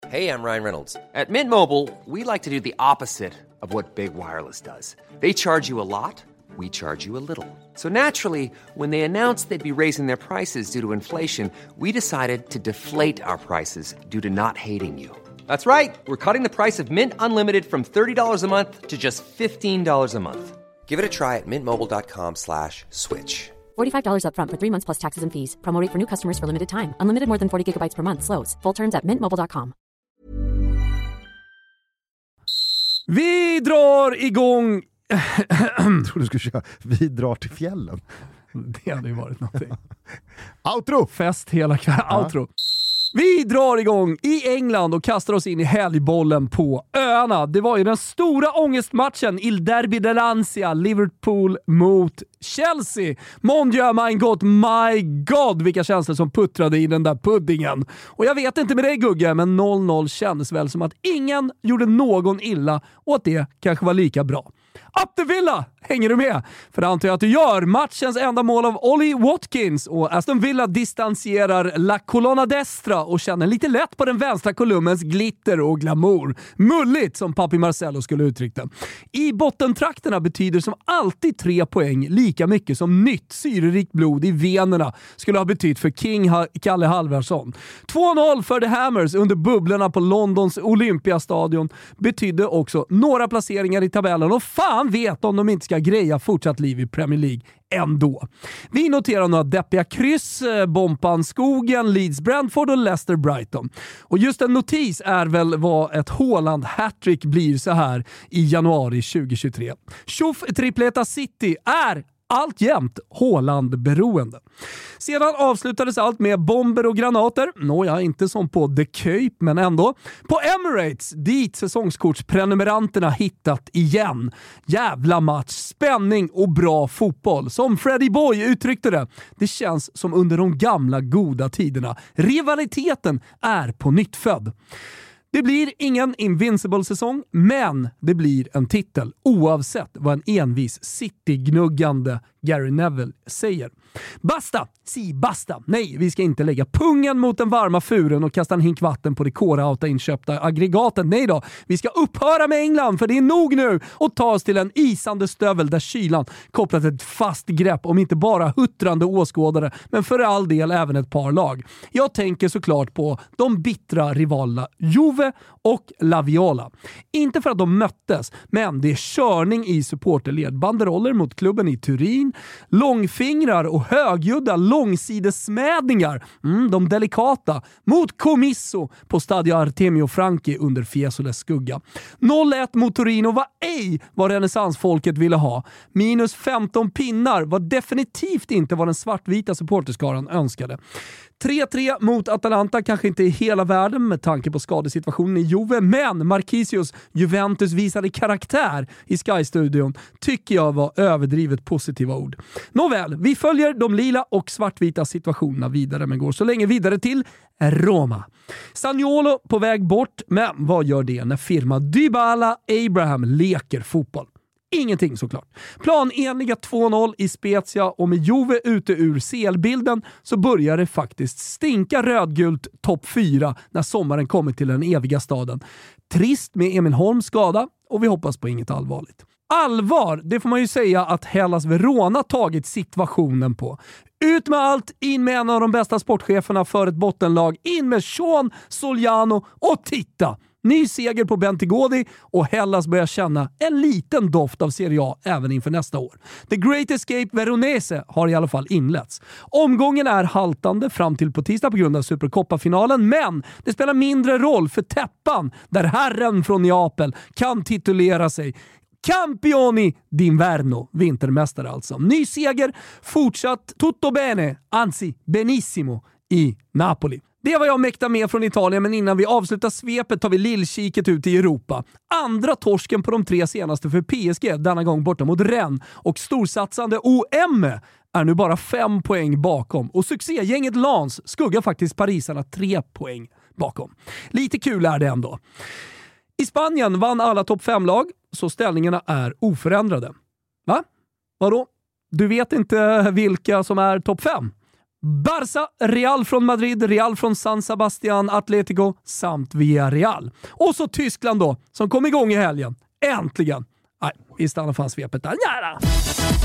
Hey, I'm Ryan Reynolds. At Mint Mobile, we like to do the opposite of what Big Wireless does. They charge you a lot, we charge you a little. So naturally, when they announced they'd be raising their prices due to inflation, we decided to deflate our prices due to not hating you. That's right. We're cutting the price of Mint Unlimited from $30 a month to just $15 a month. Give it a try at mintmobile.com/switch. $45 up front for 3 months plus taxes and fees. Promo rate for new customers for limited time. Unlimited more than 40 gigabytes per month. Slows full terms at mintmobile.com. Vi drar igång. Jag tror du skulle köra. Vi drar till fjällen. Det hade ju varit någonting. Outro! Fest hela kvällen. Outro. Vi drar igång i England och kastar oss in i helgbollen på öarna. Det var ju den stora ångestmatchen Il Derby dell'Ansia, Liverpool mot Chelsea. Mon Dieu, mein Gott, my God, vilka känslor som puttrade i den där puddingen. Och jag vet inte med dig Gugge, men 0-0 kändes väl som att ingen gjorde någon illa och att det kanske var lika bra. Up the Villa! Hänger du med? För det antar jag att du gör. Matchens enda mål av Ollie Watkins och Aston Villa distanserar La Colonna Destra och känner lite lätt på den vänstra kolumnens glitter och glamour. Mulligt, som Papi Marcello skulle uttrycka. I bottentrakterna betyder som alltid 3 poäng lika mycket som nytt syrerikt blod i venerna skulle ha betytt för King Kalle Halvarsson. 2-0 för The Hammers under bubblorna på Londons Olympiastadion betydde också några placeringar i tabellen och fan vet om de inte ska greja fortsatt liv i Premier League ändå. Vi noterar några deppiga kryss, Bompan Skogen, Leeds Brentford och Leicester Brighton. Och just en notis är väl vad ett Haaland hattrick blir så här i januari 2023. Tjoff tripleta City är alltjämt Haaland-beroende. Sedan avslutades allt med bomber och granater. Nåja, inte som på The Cape, men ändå. På Emirates, dit säsongskortsprenumeranterna hittat igen. Jävla match, spänning och bra fotboll. Som Freddie Boy uttryckte det, det känns som under de gamla goda tiderna. Rivaliteten är på nytt född. Det blir ingen Invincible-säsong, men det blir en titel oavsett vad en envis City-gnuggande Gary Neville säger. Basta! Si, basta! Nej, vi ska inte lägga pungen mot den varma furen och kasta en hink vatten på det Kora-auta inköpta aggregatet. Nej då, vi ska upphöra med England för det är nog nu och ta oss till en isande stövel där kylan kopplat ett fast grepp om inte bara huttrande åskådare men för all del även ett par lag. Jag tänker såklart på de bittra rivalerna Juve och La Viola. Inte för att de möttes, men det är körning i supporterled, banderoller mot klubben i Turin, långfingrar och högljudda långsidesmädningar, de delikata, mot Comisso på Stadio Artemio Franchi under Fiesoles skugga. 0-1 mot Torino var ej vad renässansfolket ville ha. Minus 15 pinnar var definitivt inte vad den svartvita supporterskaran önskade. 3-3 mot Atalanta kanske inte är hela världen med tanke på skadesituationen i Juve, men Marquisios Juventus visade karaktär i Sky-studion tycker jag var överdrivet positiva ord. Nåväl, vi följer de lila och svartvita situationerna vidare men går så länge vidare till Roma. Zaniolo på väg bort, men vad gör det när firma Dybala Abraham leker fotboll? Ingenting såklart. Planenliga 2-0 i Spezia och med Juve ute ur CL-bilden så börjar det faktiskt stinka rödgult topp 4 när sommaren kommer till den eviga staden. Trist med Emil Holms skada och vi hoppas på inget allvarligt. Allvar, det får man ju säga att Hellas Verona tagit situationen på. Ut med allt, in med en av de bästa sportcheferna för ett bottenlag, in med Sean Soliano och titta! Ny seger på Bentegodi och Hellas börjar känna en liten doft av Serie A även inför nästa år. The Great Escape Veronese har i alla fall inletts. Omgången är haltande fram till på tisdag på grund av Supercoppa-finalen, men det spelar mindre roll för täppan där herren från Neapel kan titulera sig Campioni d'Inverno, vintermästare alltså. Ny seger, fortsatt tutto bene, anzi benissimo i Napoli. Det var jag mäktar med från Italien, men innan vi avslutar svepet tar vi lillkiket ut i Europa. Andra torsken på de 3 senaste för PSG, denna gång borta mot Rennes, och storsatsande OM är nu bara 5 poäng bakom. Och succégänget Lens skuggar faktiskt parisarna 3 poäng bakom. Lite kul är det ändå. I Spanien vann alla topp 5-lag, så ställningarna är oförändrade. Va? Vadå? Du vet inte vilka som är topp 5? Barça, Real från Madrid, Real från San Sebastián, Atletico samt Villarreal. Och så Tyskland då, som kom igång i helgen. Äntligen! Nej, vi stannar fast svepet där. Nära!